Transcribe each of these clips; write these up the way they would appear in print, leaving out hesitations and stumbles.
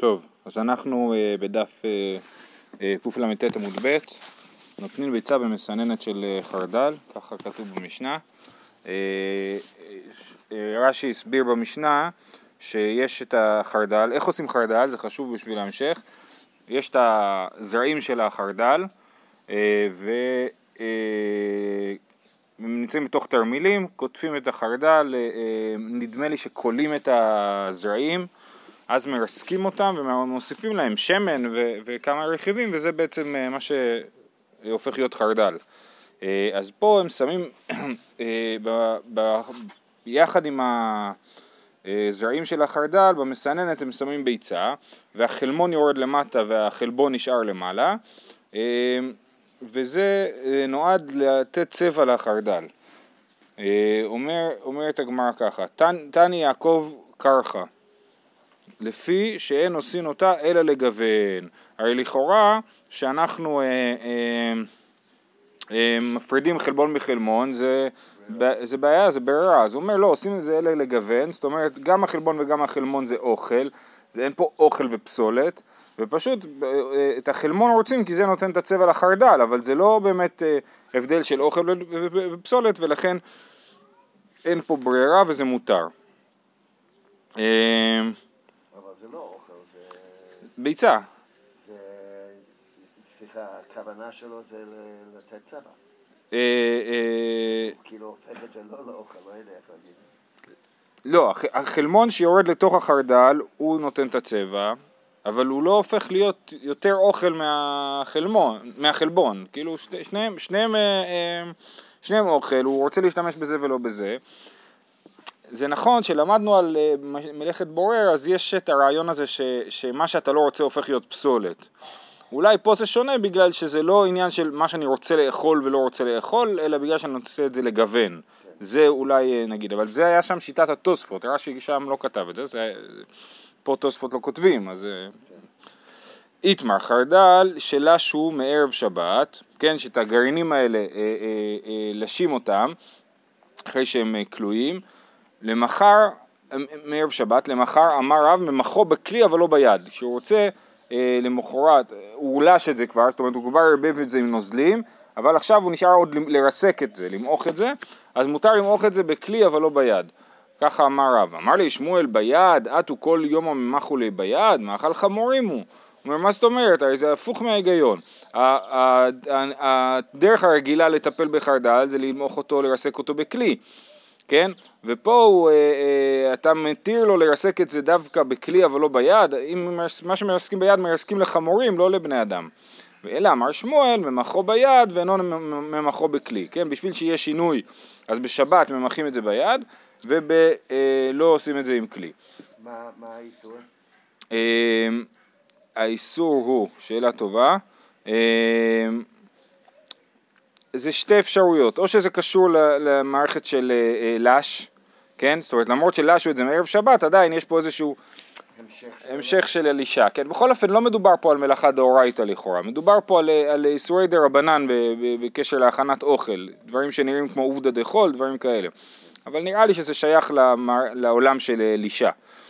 טוב, אז אנחנו בדף קל"ט עמוד ב', נותנים ביצה במסננת של חרדל, ככה כתוב במשנה. רש"י הסביר במשנה שיש את החרדל, איך עושים חרדל? זה חשוב בשביל ההמשך. יש את הזרעים של החרדל, נמצאים בתוך תרמילים, כותפים את החרדל, נדמה לי שקולים את הזרעים, אז מרסקים אותם ומוסיפים להם שמן וכמה רכיבים, וזה בעצם מה שהופך להיות חרדל. אז פה הם שמים, יחד עם הזרעים של החרדל, במסננת הם שמים ביצה, והחלמון יורד למטה והחלבון נשאר למעלה, וזה נועד לתת צבע לחרדל. אומרת הגמרא ככה, תני יעקב קרחה, לפי שאין עושים אותה אלא לגוון. הרי לכאורה שאנחנו מפרידים חלבון מחלמון, זה בעיה, זה ברירה. אז הוא אומר לא, עושים את זה אלא לגוון, זאת אומרת גם החלבון וגם החלמון זה אוכל, אין פה אוכל ופסולת, ופשוט את החלמון רוצים כי זה נותן את הצבע לחרדל, אבל זה לא באמת הבדל של אוכל ופסולת, ולכן אין פה ברירה וזה מותר. זה לא אוכל, זה... ביצה. סליחה, הכוונה שלו זה לתת צבע. כאילו הופך את זה לא לאוכל, לא יודע איך להגיד. לא, החלמון שיורד לתוך החרדל הוא נותן את הצבע, אבל הוא לא הופך להיות יותר אוכל מהחלבון. כאילו שניהם אוכל, הוא רוצה להשתמש בזה ולא בזה. זה נכון שלמדנו על מלאכת בורר, אז יש את הרעיון הזה שמה שאתה לא רוצה הופך להיות פסולת. אולי פה זה שונה בגלל שזה לא עניין של מה שאני רוצה לאכול ולא רוצה לאכול, אלא בגלל שאני רוצה את זה לגוון. זה אולי נגיד, אבל זה היה שם שיטת התוספות, רש"י שם לא כתב את זה, פה תוספות לא כותבים, אז... איתמר, חרדל שלשו מערב שבת, כן, שאת הגרעינים האלה לשים אותם, אחרי שהם כלואים, למחר, מערב שבת, למחר אמר רב ממחו בכלי אבל לא ביד. כשהוא רוצה למחרת, הוא לש את זה כבר, זאת אומרת הוא כבר הרבב את זה עם נוזלים, אבל עכשיו הוא נשאר עוד לרסק את זה, למעוך את זה, אז מותר למעוך את זה בכלי אבל לא ביד. ככה אמר רב. אמר לי שמואל ביד, עטו כל יום הממחו לי ביד, מאכל חמורים הוא. הוא אומר, מה זאת אומרת? הרי זה הפוך מההיגיון. הדרך הרגילה לטפל בחרדל זה למעוך אותו, לרסק אותו בכלי. כן? ופה אתה מתיר לו לרסק את זה דווקא בכלי אבל לא ביד. אם מה שמרסקים ביד מרסקים לחמורים, לא לבני אדם. ואלה אמר שמואל, ממחו ביד ואינו ממחו בכלי. כן? בשביל שיהיה שינוי, אז בשבת ממחים את זה ביד, ולא עושים את זה עם כלי. מה האיסור? האיסור הוא, שאלה טובה, זה שתי אפשרויות, או שזה קשור למערכת של לש, כן? זאת אומרת, למרות שלשו את זה מערב שבת, עדיין יש פה איזשהו המשך של אלישה, כן? בכל אופן לא מדובר פה על מלאכה דאורייתא לכאורה, מדובר פה על איסורי דרבנן בקשר להכנת אוכל, דברים שנראים כמו עובדא דחול, דברים כאלה. אבל נראה לי שזה שייך לעולם של אלישה.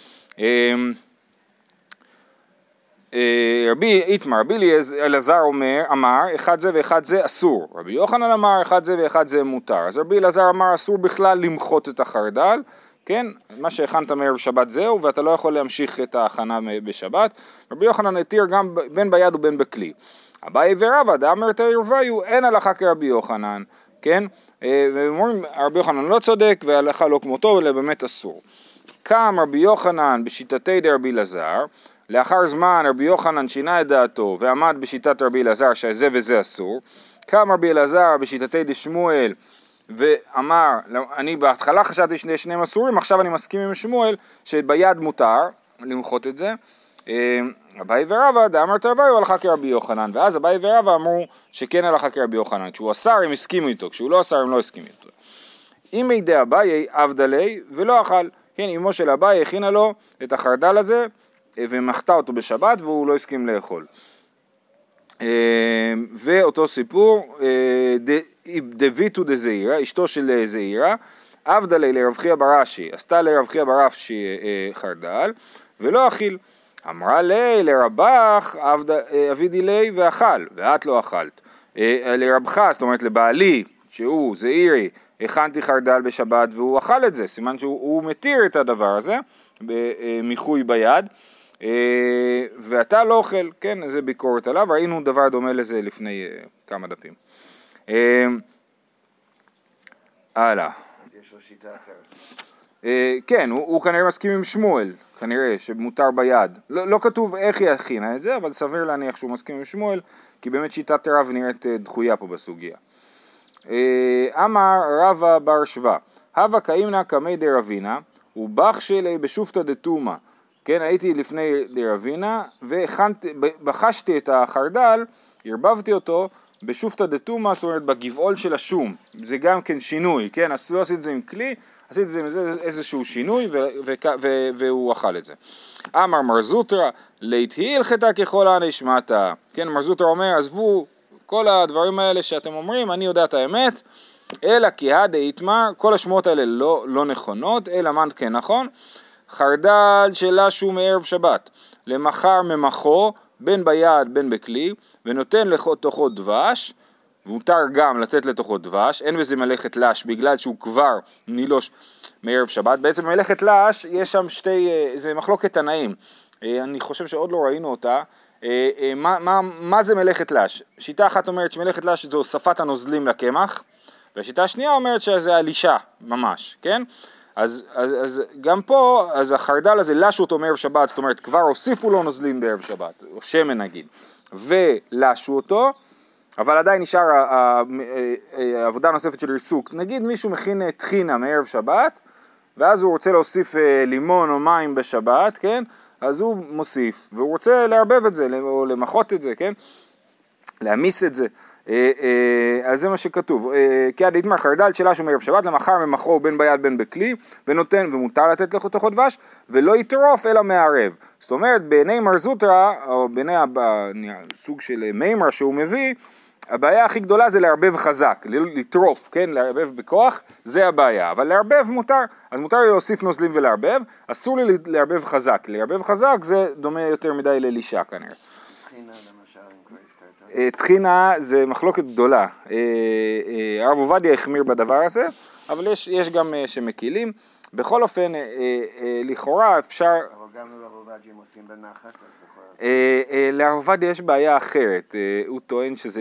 רבי אלעזר אמר, אחד זה ואחד זה אסור. רבי יוחנן אמר, אחד זה ואחד זה מותר. אז רבי אלעזר אמר, אסור בכלל למחות את החרדל, כן? מה שהכנת מערב שבת זהו, ואתה לא יכול להמשיך את ההכנה בשבת. רבי יוחנן התיר גם בין ביד ובין בכלי. אביי ורבא, דאמר תירוויו, אין הלכה כרבי יוחנן, כן? ואומרים, רבי יוחנן לא צודק, וההלכה לא כמותו, אלא באמת אסור. קם רבי יוחנן בשיטתי דרבי אלעזר, לאחר זמן רבי יוחנן שינה את דעתו ועמד בשיטת רבי אלעזר שזה וזה אסור. קם רבי אלעזר בשיטתי דשמואל ואמר, אני בהתחלה חשבתי שניהם אסורים, עכשיו אני מסכים עם שמואל שביד מותר למחות את זה. אביי ורבא דאמר תרוויו הלכה כרבי יוחנן, ואז אביי ורבא אמרו שכן הלכה כרבי יוחנן, כשהוא אסר הם הסכימו איתו, כשהוא לא אסר הם לא הסכימו איתו. אם מידי אביי עבדלי ולא אכל, כן, אמו של אביי הכינה לו את החרדל הזה ומחתה אותו בשבת והוא לא הסכים לאכול. ואותו סיפור, דביתו דזעירה, אשתו של זעירה, עבדלי לרב חייא בר אשי, עשתה לרב חייא בר אשי חרדל ולא אכיל. אמרה לי לרבך אבידי לי ואכל, ואת לא אכלת. לרבך, זאת אומרת לבעלי, שהוא זעירי, הכנתי חרדל בשבת והוא אכל את זה, סימן שהוא מתיר את הדבר הזה, מיחוי ביד, ואתה לא אוכל, כן, זה ביקורת עליו, ראינו דבר דומה לזה לפני כמה דפים. הלאה. יש לו שיטה אחרת. כן, הוא כנראה מסכים עם שמואל, כנראה שמותר ביד. לא כתוב איך היא הכינה את זה, אבל סביר להניח שהוא מסכים עם שמואל, כי באמת שיטת רב נראית דחויה פה בסוגיה. אמר רבא בר שווה, הווה קאימנה קמי דרבינה, ובח שלי בשופטא דתומא. כן, הייתי לפני דרבינה, ובחשתי את החרדל, הרבבתי אותו בשופטא דתומא, זאת אומרת בגבעול של השום. זה גם כן שינוי, כן, אז לא עשיתי את זה עם כלי, עשיתי את זה עם איזשהו שינוי, והוא אכל את זה. אמר מר זוטרא, להתהי הלכתה ככל הנשמתה. כן, מר זוטרא אומר, עזבו כל הדברים האלה שאתם אומרים, אני יודע את האמת, אלא כי הדה יתמר, כל השמועות האלה לא נכונות, אלא מה כן נכון, חרדל שלשו מערב שבת, למחר ממחו, בין ביד בין בכלי, ונותן לתוכו דבש, ומותר גם לתת לתוכו דבש, אין בזה מלאכת לש, בגלל שהוא כבר נילוש מערב שבת, בעצם מלאכת לש, יש שם זה מחלוקת תנאים, אני חושב שעוד לא ראינו אותה, מה זה מלאכת לש? שיטה אחת אומרת שמלאכת לש זה הוספת הנוזלים לקמח, והשיטה השנייה אומרת שזה הלישה ממש, כן? אז גם פה, אז החרדל הזה לשו אותו מערב שבת, זאת אומרת כבר הוסיפו לו נוזלים בערב שבת, או שמן נגיד, ולשו אותו, אבל עדיין נשאר העבודה הנוספת של ריסוק. נגיד מישהו מכין טחינה מערב שבת, ואז הוא רוצה להוסיף לימון או מים בשבת, כן? אז הוא מוסיף, והוא רוצה להרבב את זה, או למחות את זה, כן? להמיס את זה. אז זה מה שכתוב. כי עד יתמר חרדל שלשו מערב שבת, למחר ממחרו בין ביד בין בכלי, ונותן ומותר לתת לתוכו דבש, ולא יטרוף אלא מערב. זאת אומרת, בעיני מר זוטרא, או בעיני סוג של מימר שהוא מביא, הבעיה הכי גדולה זה לערבב חזק, לטרוף, כן, לערבב בכוח, זה הבעיה, אבל לערבב מותר, אז מותר לי להוסיף נוזלים ולערבב, אסור לי לערבב חזק, לערבב חזק זה דומה יותר מדי ללישה כנראה. טחינה למשל, אם כבר הזכרת. טחינה זה מחלוקת גדולה, הרב עובדיה החמיר בדבר הזה, אבל יש גם שמקילים, בכל אופן, לכאורה אפשר... אבל גם לרב עובדיה הם עושים בנחת, אז יכול... לרב עובדיה יש בעיה אחרת, הוא טוען שזה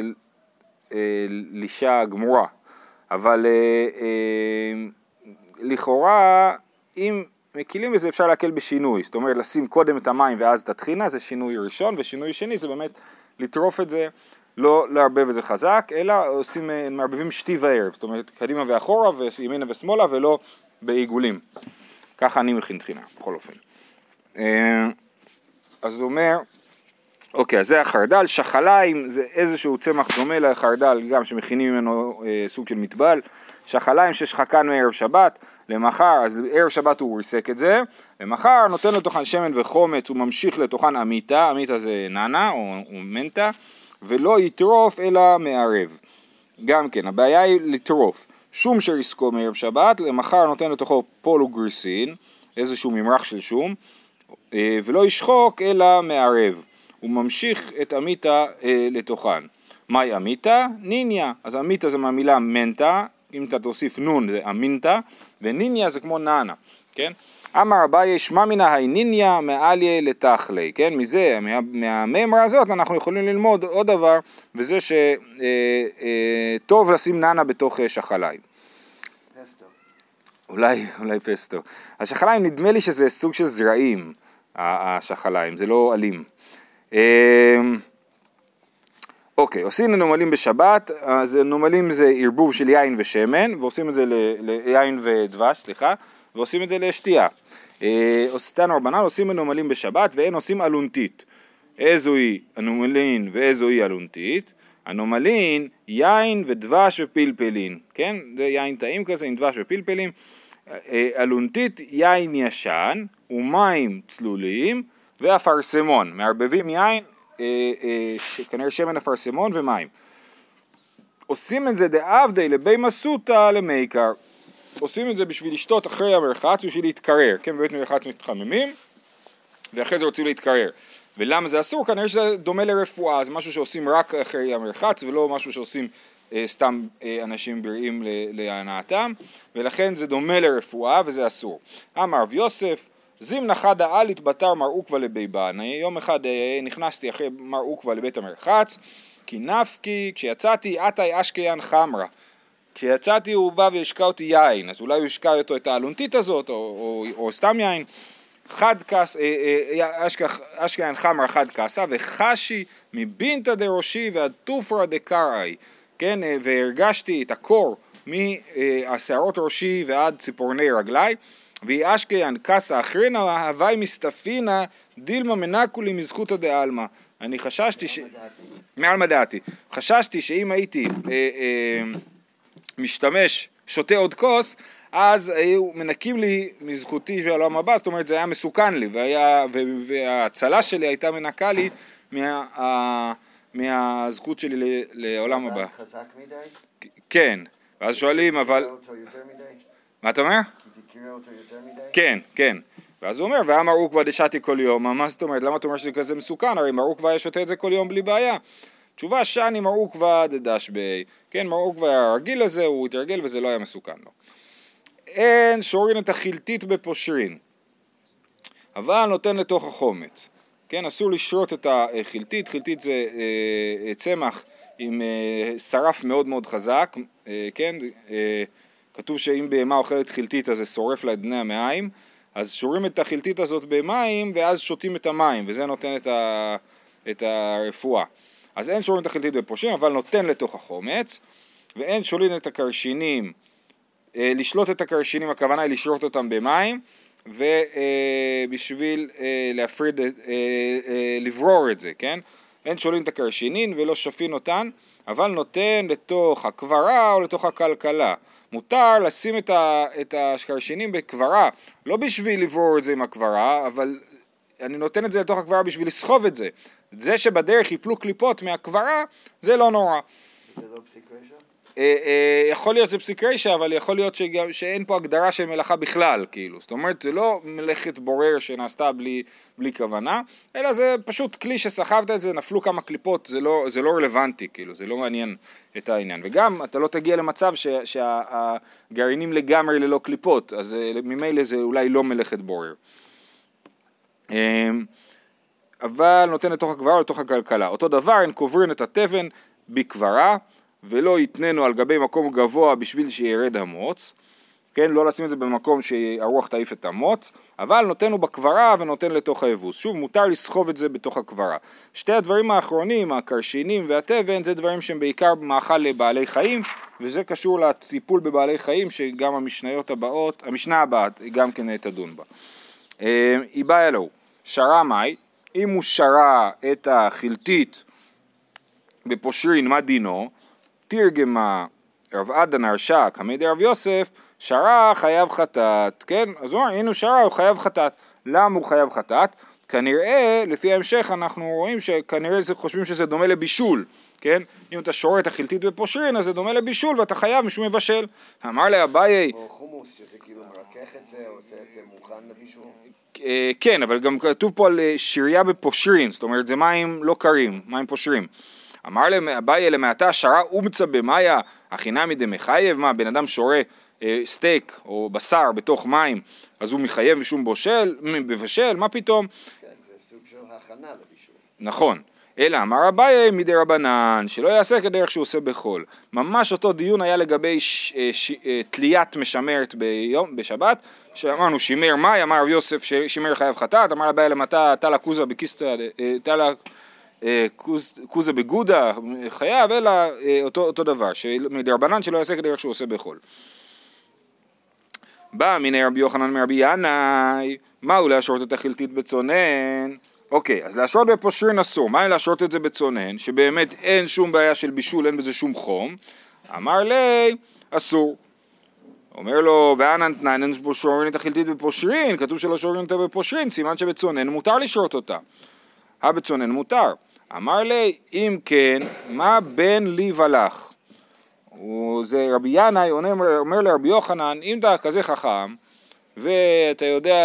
לישה גמורה, אבל לכאורה אם מקילים בזה אפשר להקל בשינוי, זאת אומרת לשים קודם את המים ואז את הטחינה, זה שינוי ראשון, ושינוי שני זה באמת לטרוף את זה, לא לערבב את זה חזק, אלא עושים, מערבבים שתי וערב, זאת אומרת קדימה ואחורה וימינה ושמאלה ולא בעיגולים, ככה אני מכין טחינה בכל אופן. אז הוא אומר, אוקיי, אז זה החרדל, שחליים זה איזשהו צמח דומה לחרדל, גם שמכינים ממנו סוג של מטבל, שחליים ששחקן מערב שבת, למחר, אז ערב שבת הוא ריסק את זה, למחר נותן לתוכן שמן וחומץ, הוא ממשיך לתוכן אמיתה, אמיתה זה ננה או מנטה, ולא יטרוף אלא מערב. גם כן, הבעיה היא לטרוף, שום שריסקו מערב שבת, למחר נותן לתוכו פולוגריסין, איזשהו ממרח של שום, ולא ישחוק אלא מערב. הוא ממשיך את אמיתה לתוכן. מהי אמיתה? ניניה. אז אמיתה זה מהמילה מנטה, אם אתה תוסיף נון זה אמינטה, וניניה זה כמו ננה, כן? אמר אביי שמע מינא היי ניניה מעליה לתכלי, כן? מזה, מהממרה הזאת אנחנו יכולים ללמוד עוד דבר, וזה שטוב לשים ננה בתוך שחליים. פסטו. אולי פסטו. השחליים נדמה לי שזה סוג של זרעים, השחליים, זה לא אלים. אוקיי, עושים נומלים בשבת, אז נומלים זה ערבוב של יין ושמן, ועושים את זה ליין ודבש, סליחה, ועושים את זה לשתייה. תנו רבנן עושים נומלים בשבת ואין עושים אלונתית. איזו היא הנומלין ואיזו היא אלונתית? הנומלין, יין ודבש ופלפלין, כן? זה יין טעים כזה עם דבש ופלפלים. אלונתית, יין ישן ומים צלוליים ואפרסמון, מערבבים יין, כנראה שמן אפרסמון ומים. עושים את זה דעבדי לבי מסוטה למייקר. עושים את זה בשביל לשתות אחרי המרחץ, בשביל להתקרר, כן, בבית מרחץ מתחממים, ואחרי זה רוצים להתקרר. ולמה זה אסור? כנראה שזה דומה לרפואה, זה משהו שעושים רק אחרי המרחץ, ולא משהו שעושים סתם אנשים בריאים להנאתם, ולכן זה דומה לרפואה וזה אסור. אמר רב יוסף, זימנה חדה אלית בתר מר עוקבא לביבן. יום אחד נכנסתי אחרי מר עוקבא לבית המרחץ, כי נפקי, כשיצאתי, עתי אשקיין חמרה. כשיצאתי הוא בא והשקע אותי יין, אז אולי הוא השקע אותו את האלונטית הזאת, או סתם יין. חד כס, אשקיין חמרה חד כסה, וחשי מבינתא דראשי ועד תופרא דקראי. כן, והרגשתי את הקור מהשערות ראשי ועד ציפורני רגלי, והיא אשקיין כסה אחרינה, הווי מסתפינה, דילמה מנקולי מזכותא דעלמא. אני חששתי מעלמא דעתי. חששתי שאם הייתי משתמש, שותה עוד כוס, אז היו מנקים לי מזכותי של העולם הבא, זאת אומרת זה היה מסוכן לי, וההצלה שלי הייתה מנקה לי מהזכות שלי לעולם הבא. חזק מדי? כן, ואז שואלים אבל... מה אתה אומר? כי זה קירה אותו יותר מדי? כן, כן. ואז הוא אומר, ואמר עוקבא דשתי כל יום, מה זאת אומרת? למה אתה אומר שזה כזה מסוכן? הרי מר עוקבא שותה את זה כל יום בלי בעיה. תשובה שאני מר עוקבא דדש בי, כן, מר עוקבא הרגיל הזה, הוא התרגל וזה לא היה מסוכן לו. אין שורין את החילתית בפושרין, אבל נותן לתוך החומץ. כן, אסור לשרות את החילתית, חילתית זה צמח עם שרף מאוד מאוד חזק, כן, כתוב שאם בהמה אוכלת חילתית אז זה שורף לה את בני המעיים, אז שורים את החילתית הזאת במים ואז שותים את המים, וזה נותן את הרפואה. אז אין שורין את החילתית בפושרין, אבל נותן לתוך החומץ, ואין שולין את הקרשינים, לשלוט את הקרשינים, הכוונה היא לשרות אותם במים, ובשביל להפריד, לברור את זה, כן? אין שולין את הקרשינין ולא שפין אותן, אבל נותן לתוך הקברה או לתוך הכלכלה. מותר לשים את הקרשינים בקברה, לא בשביל לברור את זה עם הקברה, אבל אני נותן את זה לתוך הקברה בשביל לסחוב את זה. זה שבדרך ייפלו קליפות מהקברה, זה לא נורא. זה לא פסיק רשע? יכול להיות זה פסיק רשע, אבל יכול להיות שאין פה הגדרה של מלאכה בכלל, כאילו. זאת אומרת, זה לא מלאכת בורר שנעשתה בלי כוונה, אלא זה פשוט כלי שסחבת את זה, נפלו כמה קליפות, זה לא רלוונטי, כאילו, זה לא מעניין את העניין. וגם אתה לא תגיע למצב שהגרעינים לגמרי ללא קליפות, אז ממילא זה אולי לא מלאכת בורר. אבל נותן לתוך הקברה או לתוך הכלכלה. אותו דבר, הם קוברים את התבן בקברה, ולא יתננו על גבי מקום גבוה בשביל שירד המוץ, כן, לא לשים את זה במקום שהרוח תעיף את המוץ, אבל נותנו בקברה ונותן לתוך היבוס. שוב, מותר לסחוב את זה בתוך הקברה. שתי הדברים האחרונים, הקרשינים והתבן, זה דברים שהם בעיקר מאכל לבעלי חיים, וזה קשור לטיפול בבעלי חיים, שגם המשנה הבאה גם כן תדון בה. היא באה אלוהו, שרה מאי, אם הוא שרה את החילתית בפושרין, מה דינו? תרגמה רב עדן הרשע כמדי רב יוסף, שרה חייב חטאת, כן? אז הוא אומר, הנה הוא שרה, הוא חייב חטאת. למה הוא חייב חטאת? כנראה, לפי ההמשך אנחנו רואים שכנראה חושבים שזה דומה לבישול, כן? אם אתה שורה את החילתית בפושרין, אז זה דומה לבישול ואתה חייב משום מבשל. אמר לאביי, או חומוס, שזה כאילו מרכך את זה, או עושה את זה מוכן לבישול? כן, אבל גם כתוב פה על שריה בפושרין, זאת אומרת זה מים לא קרים, מים פושרים. אמר לאביי למעתה שרה אומצה במאיה, החינמי דמחייב, מה, בן אדם שורה סטייק או בשר בתוך מים, אז הוא מחייב משום בבשל, מה פתאום? כן, זה סוג של הכנה לבישול. נכון, אלא אמר אביי מדי רבנן, שלא יעשה כדרך שהוא עושה בחול. ממש אותו דיון היה לגבי תליית משמרת בשבת, שאמרנו שימר מאי, אמר רב יוסף ששימר חייב חטאת, אמר אביי למעתה תלה קוזה בקיסטה, תלה קוזה בגודה חייב, אלא אותו דבר, מדרבנן שלא יעשה כדרך שהוא עושה בחול. בא מיני רבי יוחנן מרבי ינאי, מהו להשרות את החילתית בצונן? אוקיי, אז להשרות בפושרין אסור, מה להשרות את זה בצונן, שבאמת אין שום בעיה של בישול, אין בזה שום חום, אמר לי, אסור. אומר לו, ואנן תנן, אין שורים את החילתית בפושרין, כתוב שלא שורים אותה בפושרין, סימן שבצונן מותר לשרות אותה. בצונן מותר. אמר לי, אם כן, מה בין לי ולך? זה רבי ינאי אומר לרבי יוחנן, אם אתה כזה חכם, ואתה יודע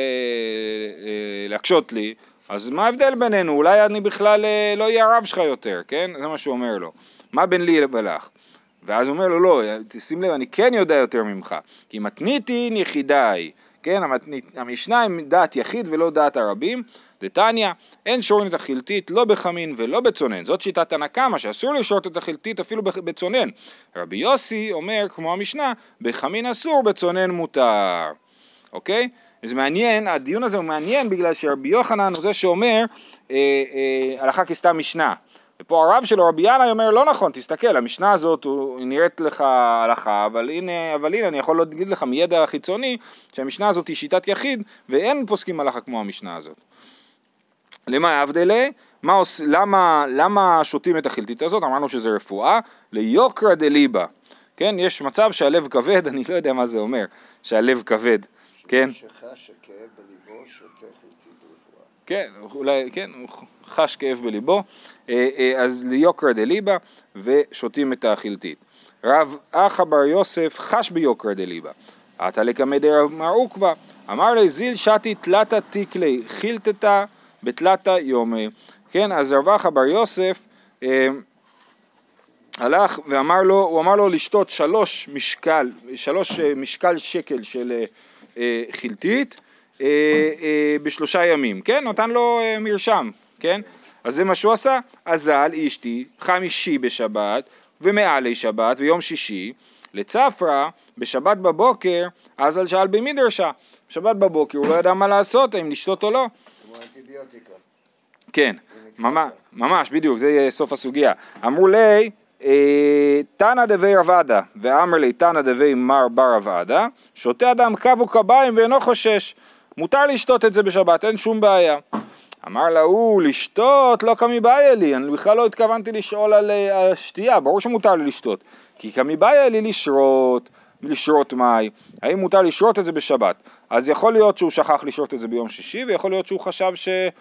להקשות לי, אז מה ההבדל בינינו? אולי אני בכלל לא אהיה הרב שלך יותר, כן? זה מה שהוא אומר לו. מה בין לי ולך? ואז הוא אומר לו, לא, תשים לב, אני כן יודע יותר ממך, כי מתניתין יחידאי, כן? המשנה היא דעת יחיד ולא דעת הרבים. דתניא, אין שורים את החילתית לא בחמין ולא בצונן. זאת שיטת תנא קמא, שאסור לשרות את החילתית אפילו בצונן. רבי יוסי אומר, כמו המשנה, בחמין אסור, בצונן מותר. אוקיי? זה מעניין, הדיון הזה הוא מעניין בגלל שרבי יוחנן הוא זה שאומר הלכה כסתם משנה. ופה הרב שלו רבי ינאי אומר לא נכון, תסתכל, המשנה הזאת היא נראית לך הלכה, אבל הנה אני יכול להגיד לך מידע חיצוני שהמשנה הזאת היא שיטת יחיד ואין פוסקים הלכה כמו המשנה הזאת. למה ההבדלה? למה שותים את החילתית הזאת? אמרנו שזה רפואה ליוקרא דליבה. כן, יש מצב שהלב כבד, אני לא יודע מה זה אומר, שהלב כבד. כן. שחש הכאב בליבו שותה חילתית רפואה. כן, אולי, כן, הוא חש כאב בליבו, אז ליוקרא דליבה ושותים את החילתית. רב אחא בר יוסף חש ביוקרא דליבה. עתה לקמא דרב מר עוקבא, אמר לי זיל שתי תלתא תיקלי חילתתא בתלתא יומי. כן, אז רב אחא בר יוסף הלך ואמר לו, הוא אמר לו לשתות 3 משקל שקל של חילתית ב3 ימים, כן? נותן לו מרשם, כן? אז זה מה שהוא עשה, אזל אשתי 5 בשבת ומעלי שבת ויום 6 לצפרא בשבת בבוקר, אזל שאל במדרשה, בשבת בבוקר הוא לא ידע מה לעשות, האם לשתות או לא. כמו אנטיביוטיקה. כן, ממש בדיוק, זה יהיה סוף הסוגיה. אמרו לי, תנא דבי רב עדה, ואמר לי תנא דבי מר בר רב עדה, שותה אדם קו וקביים ואינו חושש, מותר לשתות את זה בשבת, אין שום בעיה. אמר לה, לשתות לא כמי בעיה לי, אני בכלל לא התכוונתי לשאול על השתייה, ברור שמותר לי לשתות, כי כמי בעיה לי לשרות מים, האם מותר לשרות את זה בשבת? אז יכול להיות שהוא שכח לשרות את זה ביום שישי, ויכול להיות שהוא חשב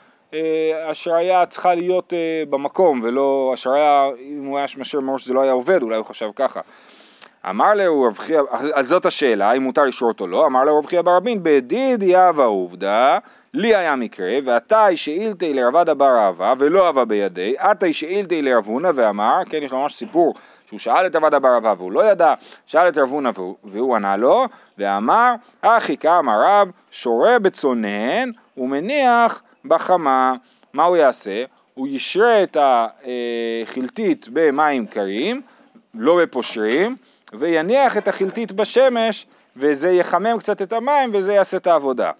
השריה צריכה להיות במקום, ולא השריה, אם הוא היה משאיר מראש זה לא היה עובד, אולי הוא חשב ככה. אמר לו רב חייא, אז זאת השאלה, האם מותר לשרות או לא, אמר לו רב חייא בר רבין, בדיד יהווה עובדה, לי היה מקרה, ועתי שאילתי לרב עדה בר אהבה, ולא אהבה בידי, עתי שאילתי לרב הונא ואמר, כן, יש לו ממש סיפור, שהוא שאל את רב עדה בר אהבה, והוא לא ידע, שאל את רב הונא והוא ענה לו, ואמר, אחי כאמר רב, שורה בצונן, ומניח בחמה. מה הוא יעשה? הוא ישרה את החילתית במים קרים, לא בפושרים, ויניח את החילתית בשמש, וזה יחמם קצת את המים, וזה יעשה את העבודה.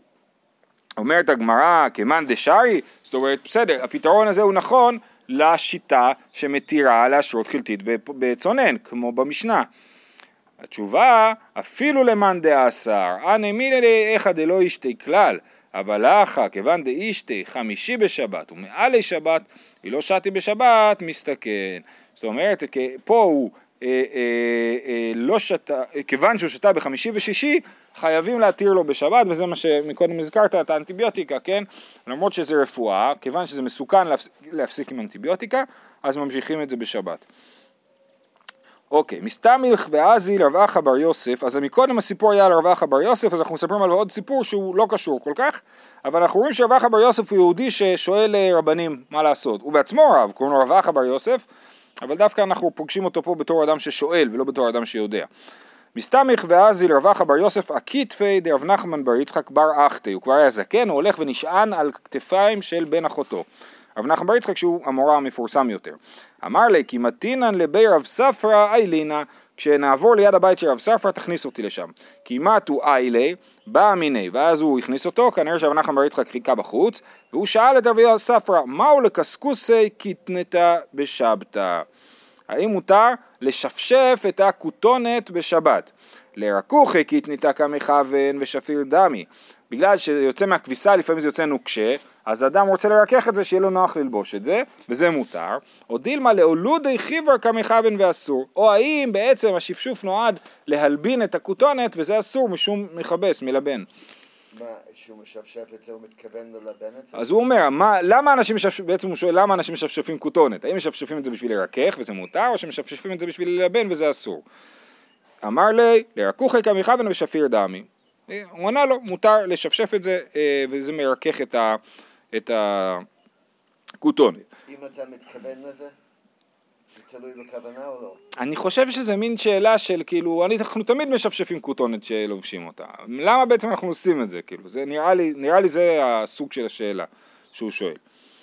אומרת הגמרא, כמאן דשארי, זאת אומרת, בסדר, הפתרון הזה הוא נכון לשיטה שמתירה להשרות חילתית בצונן, כמו במשנה. התשובה, אפילו למאן דאסר, אנא מילי אחד דלא ישתי כלל, אבל אחא כיוון דאישתי 5 בשבת ומעלי שבת, היא לא שתי בשבת, מסתכן. זאת אומרת, פה הוא לא שתה, כיוון שהוא שתה ב5 ו6, חייבים להתיר לו בשבת, וזה מה שמקודם הזכרת, את האנטיביוטיקה, כן? למרות שזה רפואה, כיוון שזה מסוכן להפסיק עם אנטיביוטיקה, אז ממשיכים את זה בשבת. אוקיי, מסתמיך ועזי לרב אחא בר יוסף, אז מקודם הסיפור היה על רב אחא בר יוסף, אז אנחנו מספרים על עוד סיפור שהוא לא קשור כל כך, אבל אנחנו רואים שרב אחא בר יוסף הוא יהודי ששואל רבנים מה לעשות. הוא בעצמו רב, קוראים לו רב אחא בר יוסף, אבל דווקא אנחנו פוגשים אותו פה בתור אדם ששואל ולא בתור אדם שיודע. מסתמיך ועזי לרב אחא בר יוסף עקיתפי דרב נחמן בר יצחק בר אחתי, הוא כבר היה זקן, הוא הולך ונשען על כתפיים של בן אחותו. רב נחמן בר יצחק שהוא המורה המפורסם יותר. אמר לי, כי מתינן לבי רב ספרא איילינה, כשנעבור ליד הבית של רב ספרא תכניס אותי לשם. כי מתו איילי, בא מיני, ואז הוא הכניס אותו, כנראה שרב נחמן בר יצחק חיכה בחוץ, והוא שאל את רבי ספרא, מהו לקסקוסי קטנתא בשבתא? האם מותר לשפשף את הכותונת בשבת? לרקוחי קטנתא כמכוון ושפיר דמי. בגלל שיוצא מהכביסה, לפעמים זה יוצא נוקשה, אז האדם רוצה לרכך את זה, שיהיה לו נוח ללבוש את זה, וזה מותר. או דילמה לאולודי חיבר כמכוון ואסור. או האם בעצם השפשוף נועד להלבין את הכותונת, וזה אסור משום מכבס, מלבן. מה, שהוא משפשף את זה, הוא מתכוון ללבן את זה? אז הוא אומר, בעצם הוא שואל למה אנשים משפשפים כותונת? האם משפשפים את זה בשביל לרכך, וזה מותר, או שמשפשפים את זה בשביל ללבן, וזה אסור? אמר לי, לרקוחי כמכוון ושפיר דמי. הוא ענה לו, מותר לשפשף את זה, וזה מרכך את הכותונת. אם אתה מתכוון לזה, זה תלוי בכוונה או לא? אני חושב שזה מין שאלה של כאילו, אנחנו תמיד משפשפים כותונת שלובשים אותה. למה בעצם אנחנו עושים את זה? כאילו, זה נראה לי זה הסוג של השאלה שהוא שואל.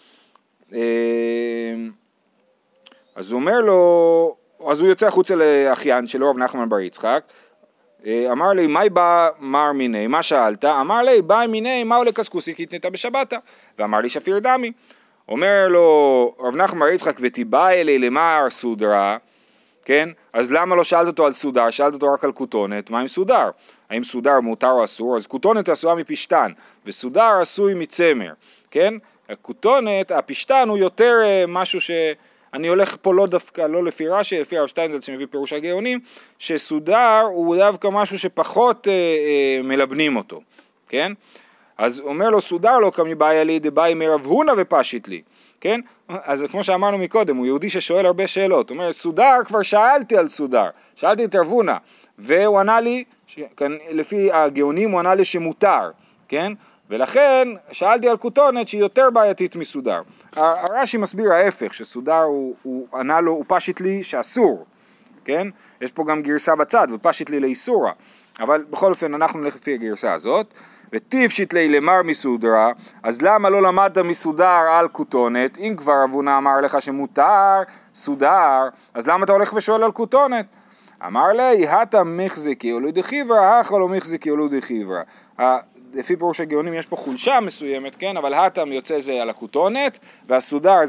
אז הוא אומר לו, אז הוא יוצא החוצה לאחיין שלו, רב נחמן בר יצחק, אמר לי, מהי בא מר מיני? מה שאלת? אמר לי, בא מיני, מהו לקסקוסי כי התנתה בשבתה? ואמר לי, שפיר דמי. אומר לו, רב נחמן בר יצחק, ותיבא אלי למר סודרה, כן? אז למה לא שאלת אותו על סודר? שאלת אותו רק על כותונת, מה עם סודר? האם סודר מותר או אסור? אז כותונת עשויה מפשטן, וסודר עשוי מצמר, כן? הכותונת, הפשטן הוא יותר משהו אני הולך פה לא דווקא, לא לפי רש"י, לפי הרב שטיינזלץ שמביא פירוש הגאונים, שסודר הוא דווקא משהו שפחות מלבנים אותו, כן? אז אומר לו סודר לו כמבאי לי דבאי מרב הונא ופשיט לי, כן? אז כמו שאמרנו מקודם, הוא יהודי ששואל הרבה שאלות, הוא אומר סודר כבר שאלתי על סודר, שאלתי את רב הונא, והוא ענה לי, לפי הגאונים הוא ענה לי שמותר, כן? ולכן שאלתי על כותונת שהיא יותר בעייתית מסודר. הרש"י מסביר ההפך, שסודר הוא ענה לו, הוא פשיט לי שאסור, כן? יש פה גם גרסה בצד, ופשיט לי לאיסורה, אבל בכל אופן אנחנו נלך לפי הגרסה הזאת, וטיפשיט לי למר מסודרה, אז למה לא למדת מסודר על כותונת? אם כבר רב הונא אמר לך שמותר סודר, אז למה אתה הולך ושואל על כותונת? אמר לי, הטה מחזיקי אולו דחיברה, הכה לא מחזיקי אולו דחיברה. לפי פירוש הגאונים יש פה חולשה מסוימת, כן? אבל הטם יוצא זה על הכותונת, והסודר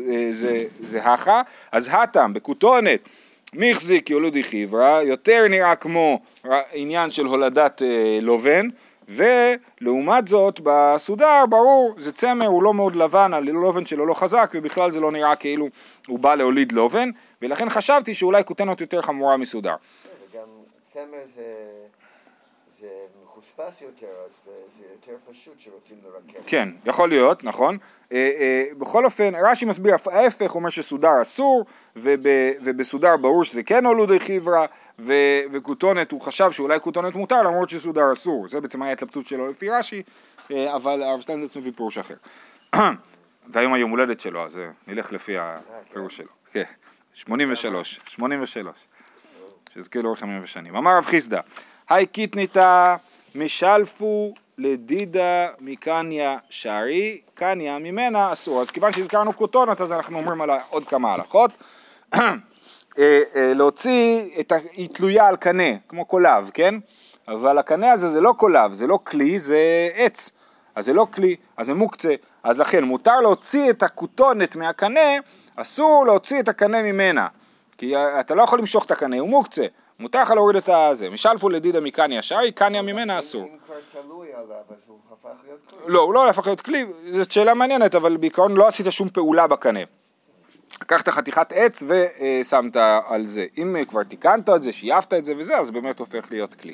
זה הכה, אז הטם בכותונת מחזיק יולודי חיברה, יותר נראה כמו עניין של הולדת לובן, ולעומת זאת בסודר ברור, זה צמר, הוא לא מאוד לבן, הלובן שלו לא חזק, ובכלל זה לא נראה כאילו הוא בא להוליד לובן, ולכן חשבתי שאולי כותונת יותר חמורה מסודר. וגם צמר זה מחוספס יותר, אז זה יותר פשוט שרוצים לרכך. כן, יכול להיות, נכון. בכל אופן, רש"י מסביר ההפך, אומר שסודר אסור, ובסודר ברור שזה כן הולודי חיברה, וכותונת, הוא חשב שאולי כותונת מותר, למרות שסודר אסור. זה בעצם היה התלבטות שלו לפי רש"י, אבל הרב שטיינזלץ מביא פירוש אחר. והיום היום הולדת שלו, אז נלך לפי הפירוש שלו. כן, 83, שזה לאורך ימים ושנים. אמר רב חיסדא, היי קיטניתא משלפו לדידה מקניה שערי, קניה ממנה אסור. אז כיוון שהזכרנו כותונת, אז אנחנו אומרים עליה עוד כמה הלכות. להוציא היא תלויה על קנה, כמו קולב, כן? אבל הקנה הזה זה לא קולב, זה לא כלי, זה עץ. אז זה לא כלי, אז זה מוקצה. אז לכן מותר להוציא את הכותונת מהקנה, אסור להוציא את הקנה ממנה. כי אתה לא יכול למשוך את הקנה, הוא מוקצה. מותר לך להוריד את הזה. משלפו לדידה מקניה שערי, קניה ממנה אסור. אם כבר תלוי עליו, אז הוא הפך להיות כלי. לא, הוא לא הפך להיות כלי, זאת שאלה מעניינת, אבל בעיקרון לא עשית שום פעולה בקנה. לקחת חתיכת עץ ושמת על זה. אם כבר תיקנת את זה, שייפת את זה וזה, אז באמת הופך להיות כלי.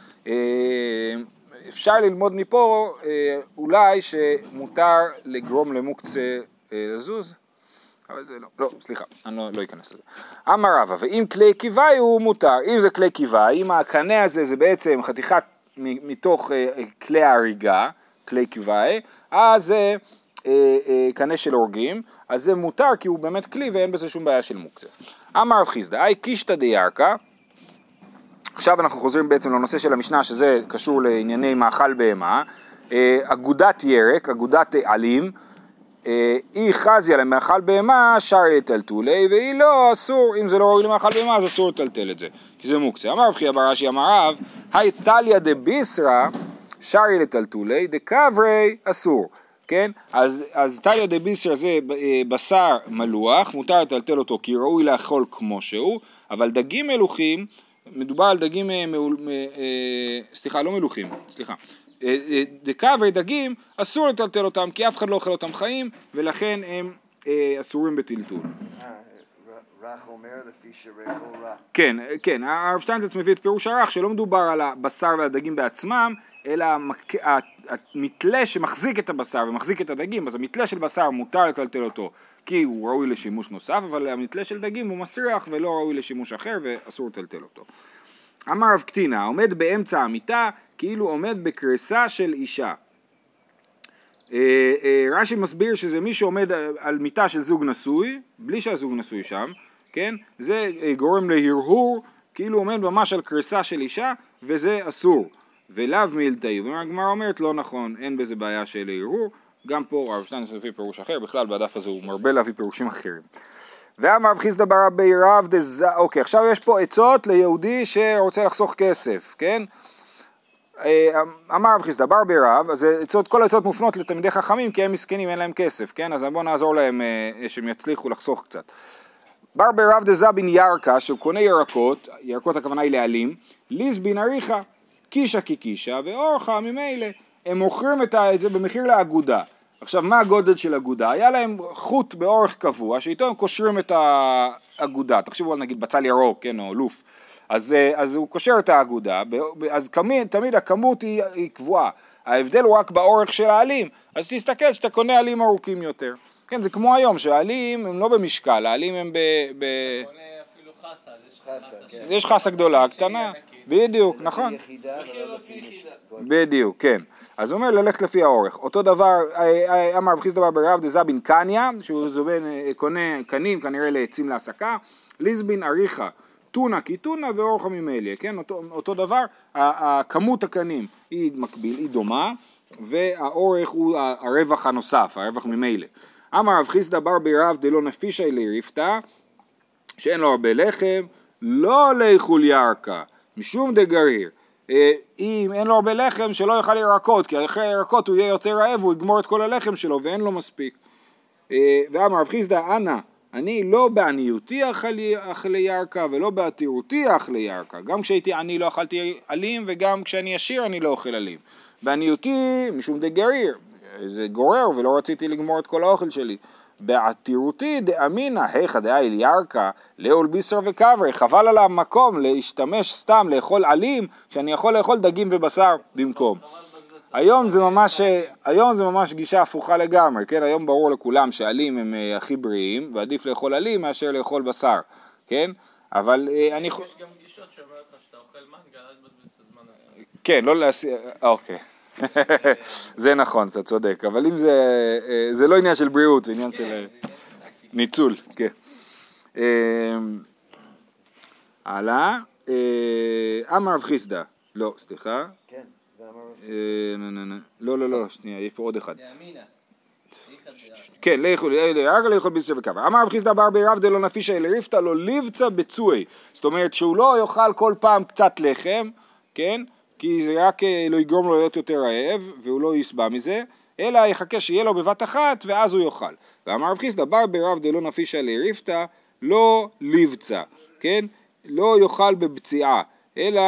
אפשר ללמוד מפה אולי שמותר לגרום למוקצה לזוז, אבל זה לא, סליחה, אני לא אכנס לזה. אמר רבא, ואם כלי קיוואי הוא מותר, אם זה כלי קיוואי, אם הקנה הזה זה בעצם חתיכת מתוך כלי ההריגה, כלי קיוואי, אז זה קנה של הורגים, אז זה מותר כי הוא באמת כלי ואין בזה שום בעיה של מוקצה. אמר רב חיסדא, אי קישתא דירקא, עכשיו אנחנו חוזרים בעצם לנושא של המשנה שזה קשור לענייני מאכל בהמה, אגודת ירק, אגודת עלים, היא חזיה למאכל בהמה, שרי לטלטולי, והיא לא אסור, אם זה לא ראוי למאכל בהמה אז אסור לטלטל את זה, כי זה מוקצה. אמר רב חייא בר אשי אמר רב, היי טליה דביסרא, שרי לטלטולי, דקברי אסור. כן? אז טליה דביסרא זה בשר מלוח, מותר לטלטל אותו כי ראוי לאכול כמו שהוא, אבל דגים מלוחים, מדובר על דגים, לא מלוחים, דקברי דגים, אסור לטלטל אותם כי אף אחד לא אוכל אותם חיים, ולכן הם אסורים בטלטול. רך אומר לפי שריחו רך. כן, הרב שטיינזלץ מביא את פירוש הרך שלא מדובר על הבשר והדגים בעצמם, אלא המתלה שמחזיק את הבשר ומחזיק את הדגים, אז המתלה של בשר מותר לטלטל אותו כי הוא ראוי לשימוש נוסף, אבל המתלה של דגים הוא מסריח ולא ראוי לשימוש אחר ואסור לטלטל אותו. אמר רב קטינה, עומד באמצע המיטה, כאילו עומד בקרסה של אישה. רש"י מסביר שזה מי שעומד על מיטה של זוג נשוי, בלי שהזוג נשוי שם, כן? זה גורם להרהור, כאילו עומד ממש על קרסה של אישה, וזה אסור. ולאו מילתאי, והגמרא אומרת לא נכון, אין בזה בעיה של הרהור, גם פה רב שטיינזלץ לפי פירוש אחר, בכלל בדף הזה הוא מרבה להביא פירושים אחרים. ואמר רב חיסדא בר רבי רב דז... אוקיי, עכשיו יש פה עצות ליהודי שרוצה לחסוך כסף, כן? אמר רב חיסדא בר רבי רב, אז כל העצות מופנות לתלמידי חכמים, כי הם מסכנים, אין להם כסף, כן? אז בואו נעזור להם שהם יצליחו לחסוך קצת. בר רבי רב דזא בן ירקה, שהוא קונה ירקות, ירקות הכוונה היא להעלים, ליז בן אריכה, קישה כקישה ואורחה ממילא, הם מוכרים את זה במחיר לאגודה. עכשיו, מה הגודל של אגודה? היה להם חוט באורך קבוע, שאיתו הם קושרים את האגודה. תחשבו על נגיד בצל ירוק, כן, או לוף. אז הוא קושר את האגודה, אז תמיד הכמות היא קבועה. ההבדל הוא רק באורך של העלים. אז תסתכל שאתה קונה עלים ארוכים יותר. כן, זה כמו היום, שהעלים הם לא במשקל, העלים הם קונה אפילו חסה, יש חסה גדולה, קטנה. בדיוק, נכון. בדיוק, כן. אז הוא אומר ללכת לפי האורך. אותו דבר, אמר רב חיסדא בר רב דזא בן קניה, שהוא קונה קנים כנראה לעצים להסקה, ליז בן אריכה, טונה כי טונה ואורחה ממילא, כן? אותו דבר, כמות הקנים היא מקביל, היא דומה, והאורך הוא הרווח הנוסף, הרווח ממילא. אמר רב חיסדא בר רב דלא נפישי לריפתא, שאין לו הרבה לחם, לא לאכול ירקה, משום דגריר. אם אין לו הרבה לחם, שלא יאכל ירקות, כי אחרי ירקות הוא יהיה יותר רעב, הוא יגמור את כל הלחם שלו, ואין לו מספיק. ואמר רב חיסדא, אני לא בעניותי אכל ירקה, ולא בעתירותי אכל ירקה. גם כשהייתי עני לא אכלתי עלים, וגם כשאני עשיר אני לא אוכל עלים. בעניותי, משום דגריר, זה גורר, ולא רציתי לגמור את כל האוכל שלי. בעתירותי דאמינא היכא דאיל ירקה לאול בישר וקברי, חבל על המקום להשתמש סתם לאכול עלים שאני יכול לאכול דגים ובשר במקום. היום זה ממש גישה הפוכה לגמרי, כן? היום ברור לכולם שעלים הם הכי בריאים ועדיף לאכול עלים מאשר לאכול בשר, כן? אבל אני... יש גם גישות שאומרת לך שאתה אוכל מנגה, אז מבזבז את הזמן הזה. כן, לא להסיע... אוקיי. זה נכון, אתה צודק, אבל אם זה לא עניין של בריאות, זה עניין של ניצול, כן. הלאה, אמר רב חיסדא, לא, סליחה. כן, לא, שנייה, יש פה עוד אחד. כן, לאכול בישר וקברי. אמר רב חיסדא בר רב דלא נפישי לריפתא לא לבצע בצועי, זאת אומרת שהוא לא יאכל כל פעם קצת לחם, כן? כי זה רק לא יגרום לו להיות יותר רעב, והוא לא יסבע מזה, אלא יחכה שיהיה לו בבת אחת, ואז הוא יאכל. ואמר רב חיסדא בר רב דלא נפישי לריפתא לא לבצע, כן? לא יאכל בבציעה, אלא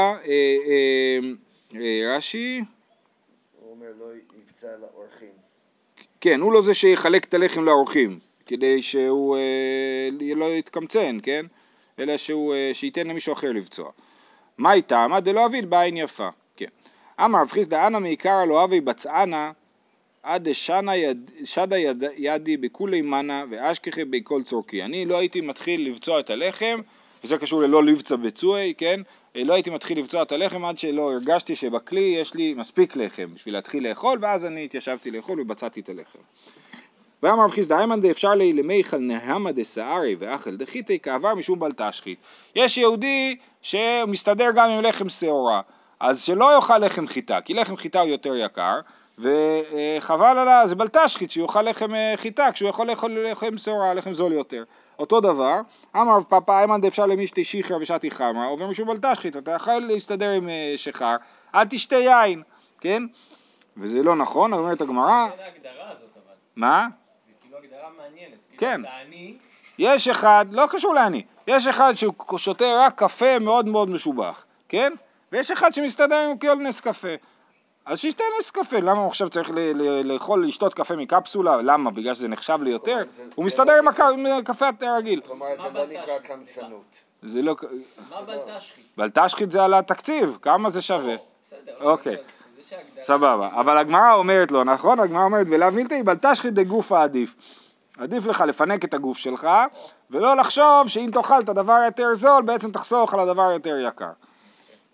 רש"י... הוא אומר לא יבצע לאורחים. כן, הוא לא זה שיחלק את הלחם לאורחים, כדי שהוא לא יתקמצן, כן? אלא שייתן למישהו אחר לבצוע. מה איתה? מה דלא אביד בעין יפה. כן. אמר רב חיסדא אנא מעיקרא לא הווי בצענה עד שדה ידי בכולי מנה ואשכחי בכל צורכי. אני לא הייתי מתחיל לבצוע את הלחם, וזה קשור ללא לבצע בצועי, כן? לא הייתי מתחיל לבצוע את הלחם עד שלא הרגשתי שבכלי יש לי מספיק לחם בשביל להתחיל לאכול, ואז אני התיישבתי לאכול ובצעתי את הלחם. ואמר רב חיסדא איימן דאפשר לי למיכל נהמה דסערי ואכל דחיתי כעבר משום בל תשחית. יש יהודי שמסתדר גם עם לחם שעורה, אז שלא יאכל לחם חיטה, כי לחם חיטה הוא יותר יקר, וחבל עליו, זה בל תשחית שיאכל לחם חיטה, כשהוא יכול לאכול לחם שעורה, לחם זול יותר. אותו דבר, אמר רב פאפא איימן דאפשר למישתי שיחרא ושתי חמרא, עובר משום בל תשחית, אתה יכול להסתדר עם שיכר, אל תשתה יין, כן? וזה לא נכון, אומרת הגמרא. זה ההגדרה הזאת אבל. מה? זה כאילו הגדרה מעניינת. כן. לעני... יש אחד, לא קשור לעני, יש אחד שהוא שותה רק קפה מאוד מאוד משובח, כן? ויש אחד שמסתדר עם כל נס קפה. אז שישתה נס קפה, למה הוא עכשיו צריך לאכול, לשתות קפה מקפסולה? למה? בגלל שזה נחשב לי יותר? הוא מסתדר עם הקפה הרגיל. כלומר, זה לא נקרא קמצנות. זה לא... מה בלתשחית? בלתשחית זה על התקציב, כמה זה שווה? בסדר. אוקיי, סבבה. אבל הגמרא אומרת לו, נכון? הגמרא אומרת, ולאו מילתא בלתשחית דגופא עדיף. עדיף לך לפנק את הגוף שלך, ולא לחשוב שאם תאכל את הדבר יותר זול, בעצם תחסוך על הדבר יותר יקר.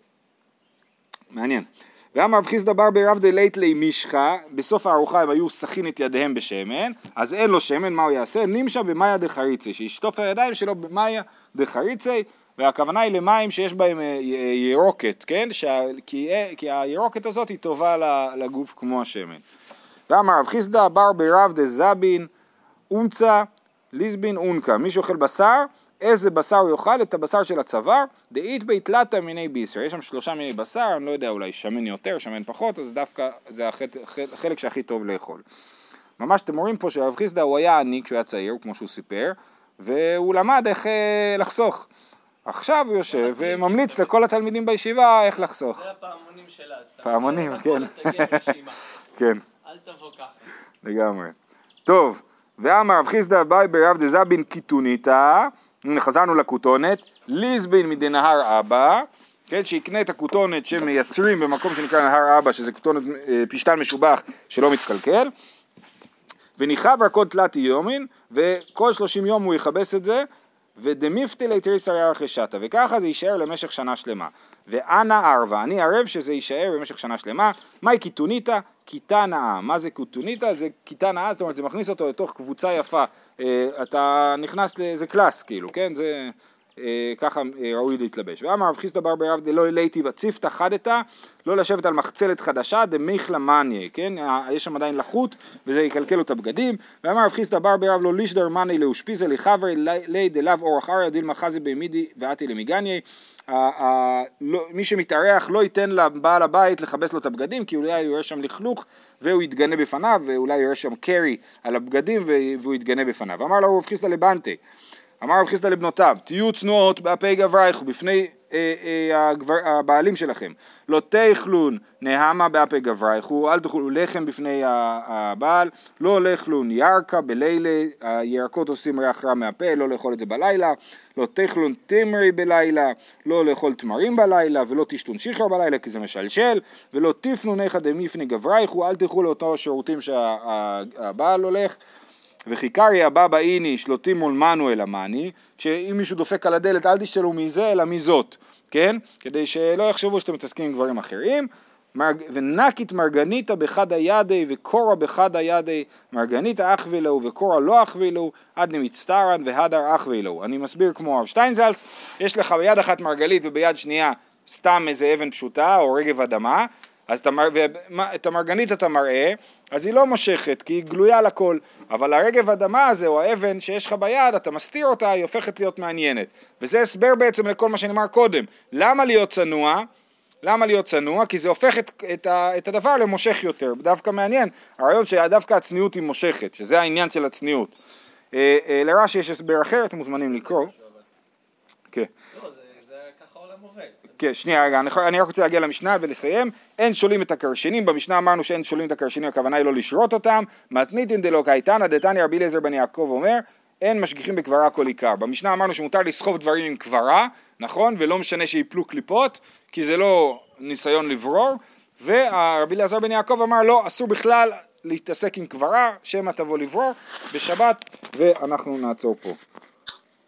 מעניין. ואמר רב חיסדא בר ברב דלית לי מישחה, בסוף הארוחה הם היו סכין את ידיהם בשמן, אז אין לו שמן, מה הוא יעשה? נמשה במאיה דחריצי, שישטוף הידיים שלו במאיה דחריצי, והכוונה היא למים שיש בהם ירוקת, כן? כי הירוקת הזאת היא טובה לגוף כמו השמן. ואמר רב חיסדא בר ברב דזבין אומצה ליזבין אונקה, מי שאוכל בשר, איזה בשר הוא יאכל? את הבשר של הצוואר, דאית ביתלתא מיני בישר, יש שם 3 מיני בשר, אני לא יודע, אולי שמן יותר, שמן פחות, אז דווקא זה החלק שהכי טוב לאכול. ממש אתם רואים פה שרב חיסדא הוא היה עני כשהוא היה צעיר, כמו שהוא סיפר, והוא למד איך לחסוך. עכשיו הוא יושב וממליץ לכל התלמידים בישיבה איך לחסוך. זה הפעמונים שלה, סתם. פעמונים, כן. תגיע רשימה. כן. אל תבוא ככה. לגמרי. טוב, ואמר רב חיסדא באי ברב דזבין קיטוניתא, חזרנו לכותונת, ליזבין מדנהר אבא, כן, שיקנה את הכותונת שמייצרים במקום שנקרא נהר אבא, שזה כותונת פשטן משובח שלא מתקלקל, וניחב רקוד תלתי יומין, וכל 30 יום הוא יכבס את זה, ודמיפתי ליתריס הרי רכשתה, וככה זה יישאר למשך שנה שלמה. ואנה ערבה, אני ערב שזה יישאר במשך שנה שלמה. מהי קיטוניתא? כיתה נאה. מה זה קיטוניתא? זה כיתה נאה, זאת אומרת, זה מכניס אותו לתוך קבוצה יפה. אתה נכנס לזה קלאס, כאילו, כן? זה ככה ראוי להתלבש. ואמר רב חיסדא בר ברב דלא ליטיב ציפתא חדתא, לא לשבת על מחצלת חדשה, דמיכלה מניה, כן? יש שם עדיין לחות, וזה יקלקל לו את הבגדים. ואמר רב חיסדא בר ברב לא לישדר מניה לאושפיז לחברי לי דלאו אורח אריה דיל מחזי בימידי ואתי למיגניה. מי שמתארח לא ייתן לבעל הבית לחבש לו את הבגדים, כי אולי הוא יראה שם לכלוך והוא יתגנה בפניו, ואולי יראה שם קרי על הבגדים והוא יתגנה בפניו. אמר לו רב חיסדא לבנטי, אמר רב חיסדא לבנותיו, תהיו צנועות באפי גברייך ובפני הבעלים שלכם, לא תאכלון נהמה באפי גברייך, אל תאכלו לחם בפני הבעל, לא לאכלון ירקה בלילה, הירקות עושים ריח רע מהפה, לא לאכול את זה בלילה, לא תאכלון תמרי בלילה, לא לאכול תמרים בלילה, ולא תשתון שיחר בלילה כי זה משלשל, ולא תפנו ניחא דמפני גברייך, אל תלכו לאותו שירותים שהבעל הולך, וחיכרי הבא באיני שלוטים מול מנואל המני, שאם מישהו דופק על הדלת אל תשתלו מזה אלא מזאת, כן? כדי שלא יחשבו שאתם מתעסקים עם דברים אחרים. ונקית מרגניתא בחד הידי וקורא בחד הידי, מרגניתא אחווי לו וקורא לא אחווי לו, עד נמצטרן והדר אחווי לו. אני מסביר כמו הרב שטיינזלץ, יש לך ביד אחת מרגלית וביד שנייה סתם איזה אבן פשוטה או רגב אדמה, אז את המרגנית אתה מראה, אז היא לא מושכת, כי היא גלויה לכל, אבל הרגב אדמה הזה, או האבן שיש לך ביד, אתה מסתיר אותה, היא הופכת להיות מעניינת. וזה הסבר בעצם לכל מה שנאמר קודם. למה להיות צנוע? למה להיות צנוע? כי זה הופך את הדבר למושך יותר. דווקא מעניין, הרעיון שדווקא הצניעות היא מושכת, שזה העניין של הצניעות. לרש"י יש הסבר אחר, אתם מוזמנים לקרוא. כן. לא, זה ככה עולם עובד. כן, שנייה, רגע, אני רק רוצה להגיע למשנה ולסיים. אין שולים את הקרשנים, במשנה אמרנו שאין שולים את הקרשנים, הכוונה היא לא לשרות אותם. מתניתין דלא קייטנא, דתניא רבי אליעזר בן יעקב אומר, אין משגיחים בקברה כל עיקר. במשנה אמרנו שמותר לסחוב דברים עם קברה, נכון? ולא משנה שיפלו קליפות, כי זה לא ניסיון לברור. ורבי אליעזר בן יעקב אמר, לא, אסור בכלל להתעסק עם קברה, שמא תבוא לברור בשבת, ואנחנו נעצור פה.